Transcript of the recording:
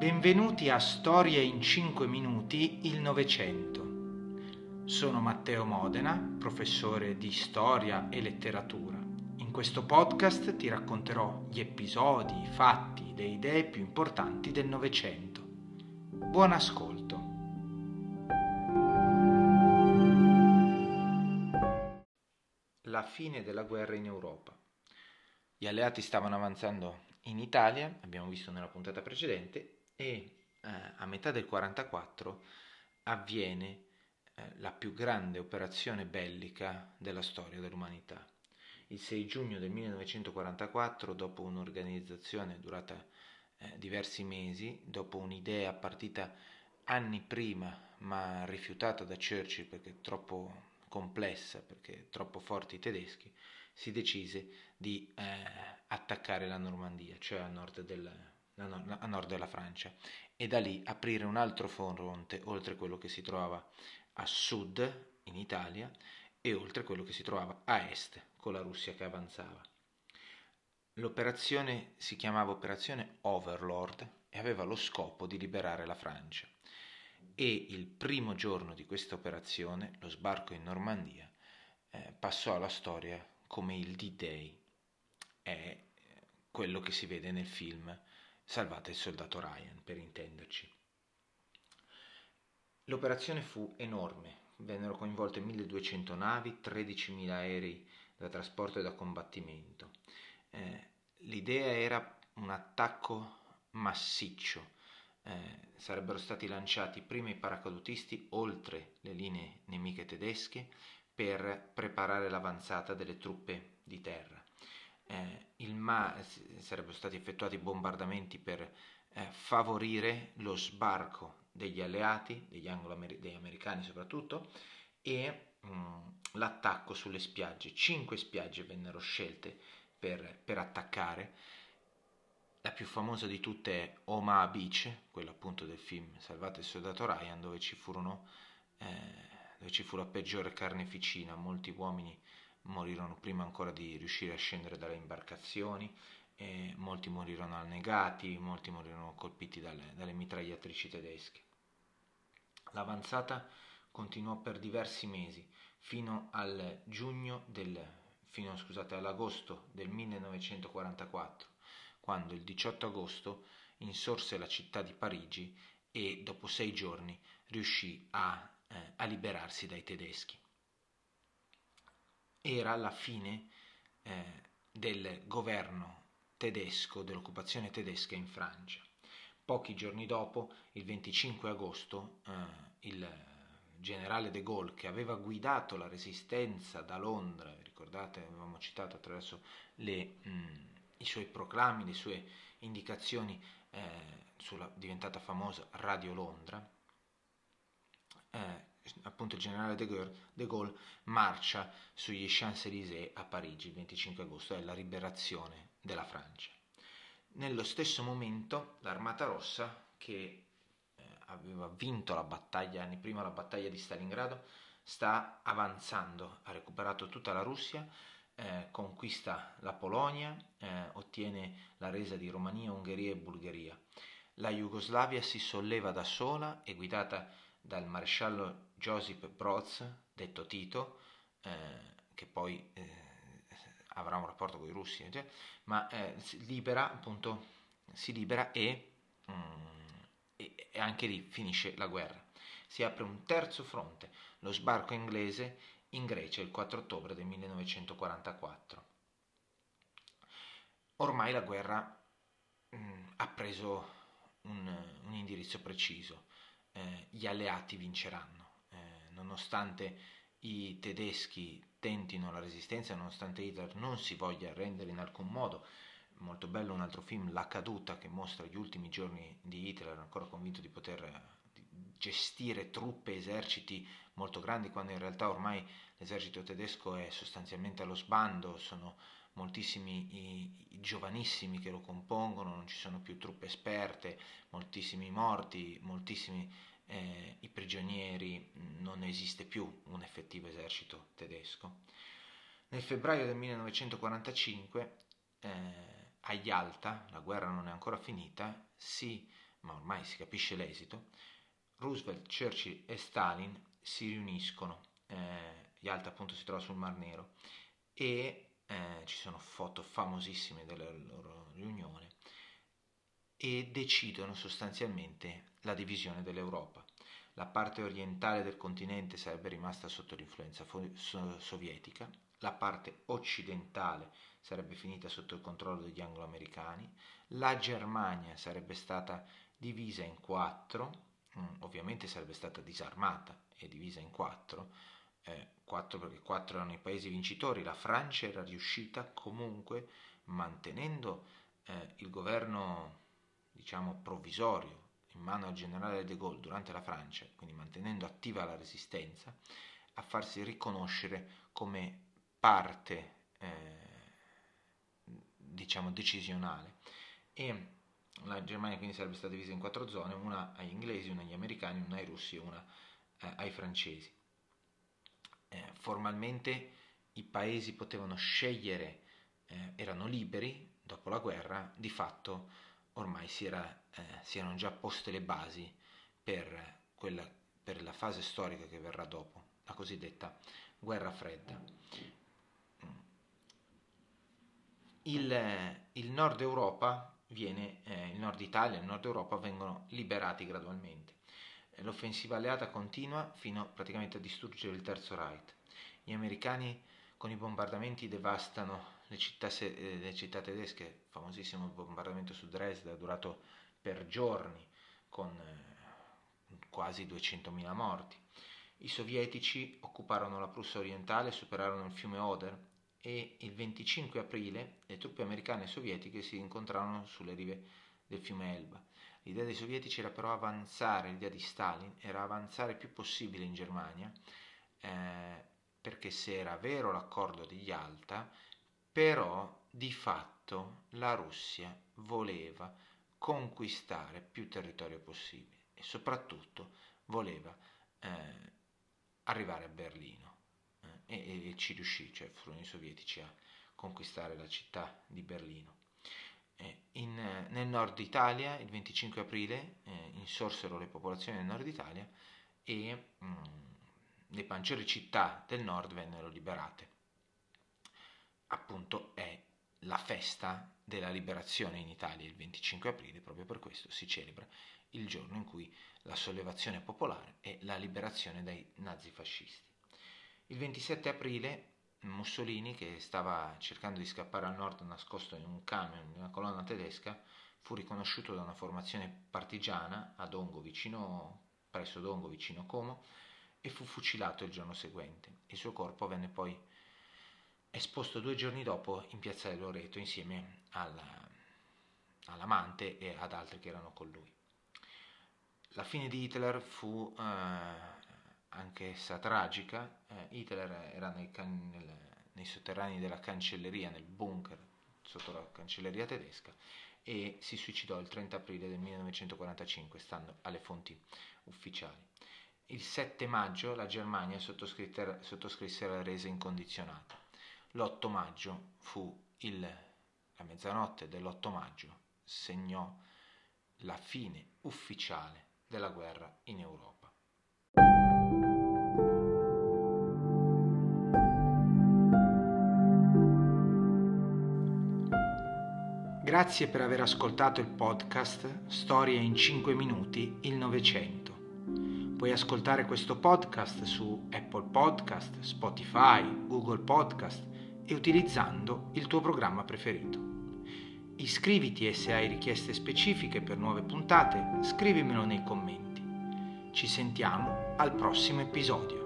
Benvenuti a Storie in 5 minuti, il Novecento. Sono Matteo Modena, professore di storia e letteratura. In questo podcast ti racconterò gli episodi, i fatti, le idee più importanti del Novecento. Buon ascolto. La fine della guerra in Europa. Gli alleati stavano avanzando in Italia, abbiamo visto nella puntata precedente, e a metà del 1944 avviene la più grande operazione bellica della storia dell'umanità. Il 6 giugno del 1944, dopo un'organizzazione durata diversi mesi, dopo un'idea partita anni prima ma rifiutata da Churchill perché troppo complessa, perché troppo forti i tedeschi, si decise di attaccare la Normandia, cioè a nord della Francia, e da lì aprire un altro fronte oltre quello che si trovava a sud in Italia e oltre quello che si trovava a est con la Russia che avanzava. L'operazione si chiamava Operazione Overlord e aveva lo scopo di liberare la Francia. E il primo giorno di questa operazione, lo sbarco in Normandia, passò alla storia come il D-Day. È quello che si vede nel film Salvate il soldato Ryan, per intenderci. L'operazione fu enorme, vennero coinvolte 1200 navi, 13.000 aerei da trasporto e da combattimento. L'idea era un attacco massiccio. Sarebbero stati lanciati prima i paracadutisti oltre le linee nemiche tedesche per preparare l'avanzata delle truppe di terra. Sarebbero stati effettuati bombardamenti per favorire lo sbarco degli alleati, degli americani soprattutto, e l'attacco sulle spiagge. 5 spiagge vennero scelte per attaccare. La più famosa di tutte è Omaha Beach, quella appunto del film Salvate il soldato Ryan, dove ci fu la peggiore carneficina. Molti uomini morirono prima ancora di riuscire a scendere dalle imbarcazioni, molti morirono annegati, molti morirono colpiti dalle mitragliatrici tedesche. L'avanzata continuò per diversi mesi, fino all'agosto del 1944, quando il 18 agosto insorse la città di Parigi e dopo 6 giorni riuscì a liberarsi dai tedeschi. Era la fine del governo tedesco, dell'occupazione tedesca in Francia. Pochi giorni dopo, il 25 agosto, il generale de Gaulle, che aveva guidato la resistenza da Londra, ricordate, avevamo citato attraverso i suoi proclami, le sue indicazioni sulla diventata famosa Radio Londra, appunto il generale de Gaulle marcia sugli Champs-Élysées a Parigi il 25 agosto, è la liberazione della Francia. Nello stesso momento l'Armata Rossa, che aveva vinto la battaglia anni prima, la battaglia di Stalingrado, sta avanzando, ha recuperato tutta la Russia, conquista la Polonia, ottiene la resa di Romania, Ungheria e Bulgaria. La Jugoslavia si solleva da sola e guidata dal maresciallo Josip Broz, detto Tito, che poi avrà un rapporto con i russi, ma si libera e anche lì finisce la guerra. Si apre un terzo fronte, lo sbarco inglese in Grecia il 4 ottobre del 1944. Ormai la guerra ha preso un indirizzo preciso. Gli alleati vinceranno, nonostante i tedeschi tentino la resistenza, nonostante Hitler non si voglia arrendere in alcun modo. Molto bello un altro film, La caduta, che mostra gli ultimi giorni di Hitler, ancora convinto di poter gestire truppe e eserciti molto grandi, quando in realtà ormai l'esercito tedesco è sostanzialmente allo sbando, sono moltissimi i giovanissimi che lo compongono, non ci sono più truppe esperte, moltissimi morti, moltissimi i prigionieri, non esiste più un effettivo esercito tedesco. Nel febbraio del 1945 a Yalta, la guerra non è ancora finita, si ma ormai si capisce l'esito, Roosevelt, Churchill e Stalin si riuniscono, Yalta appunto si trova sul Mar Nero, e ci sono foto famosissime della loro riunione, e decidono sostanzialmente la divisione dell'Europa. La parte orientale del continente sarebbe rimasta sotto l'influenza sovietica, la parte occidentale sarebbe finita sotto il controllo degli anglo-americani, la Germania sarebbe stata divisa in 4, ovviamente sarebbe stata disarmata e divisa in 4 perché 4 erano i paesi vincitori. La Francia era riuscita comunque, mantenendo il governo, diciamo, provvisorio in mano al generale de Gaulle durante la Francia, quindi mantenendo attiva la resistenza, a farsi riconoscere come parte diciamo decisionale, e la Germania quindi sarebbe stata divisa in 4 zone, una agli inglesi, una agli americani, una ai russi e una ai francesi. Formalmente i paesi potevano scegliere, erano liberi. Dopo la guerra di fatto ormai si erano già poste le basi per la fase storica che verrà dopo, la cosiddetta guerra fredda. Il Nord Europa il Nord Italia e il Nord Europa vengono liberati gradualmente. L'offensiva alleata continua fino praticamente a distruggere il Terzo Reich. Gli americani con i bombardamenti devastano le città tedesche, il famosissimo bombardamento su Dresda durato per giorni con quasi 200.000 morti. I sovietici occuparono la Prussia orientale, superarono il fiume Oder, e il 25 aprile le truppe americane e sovietiche si incontrarono sulle rive del fiume Elba. L'idea dei sovietici era però avanzare, l'idea di Stalin era avanzare il più possibile in Germania, perché se era vero l'accordo di Yalta, però di fatto la Russia voleva conquistare più territorio possibile e soprattutto voleva arrivare a Berlino, e ci riuscì, cioè furono i sovietici a conquistare la città di Berlino. Nel nord Italia il 25 aprile insorsero le popolazioni del nord Italia e le maggiori città del nord vennero liberate. Appunto è la festa della liberazione in Italia il 25 aprile, proprio per questo si celebra il giorno in cui la sollevazione popolare e la liberazione dai nazifascisti. Il 27 aprile Mussolini, che stava cercando di scappare al nord nascosto in un camion di una colonna tedesca, fu riconosciuto da una formazione partigiana a Dongo, presso Dongo, vicino Como, e fu fucilato il giorno seguente. Il suo corpo venne poi esposto 2 giorni dopo in piazzale Loreto insieme all'amante e ad altri che erano con lui. La fine di Hitler fu anch'essa tragica. Hitler era nei sotterranei della cancelleria, nel bunker sotto la cancelleria tedesca, e si suicidò il 30 aprile del 1945, stando alle fonti ufficiali. Il 7 maggio la Germania sottoscrisse la resa incondizionata. L'8 maggio la mezzanotte dell'8 maggio segnò la fine ufficiale della guerra in Europa. Grazie per aver ascoltato il podcast Storia in 5 minuti, il Novecento. Puoi ascoltare questo podcast su Apple Podcast, Spotify, Google Podcast e utilizzando il tuo programma preferito. Iscriviti e se hai richieste specifiche per nuove puntate, scrivimelo nei commenti. Ci sentiamo al prossimo episodio.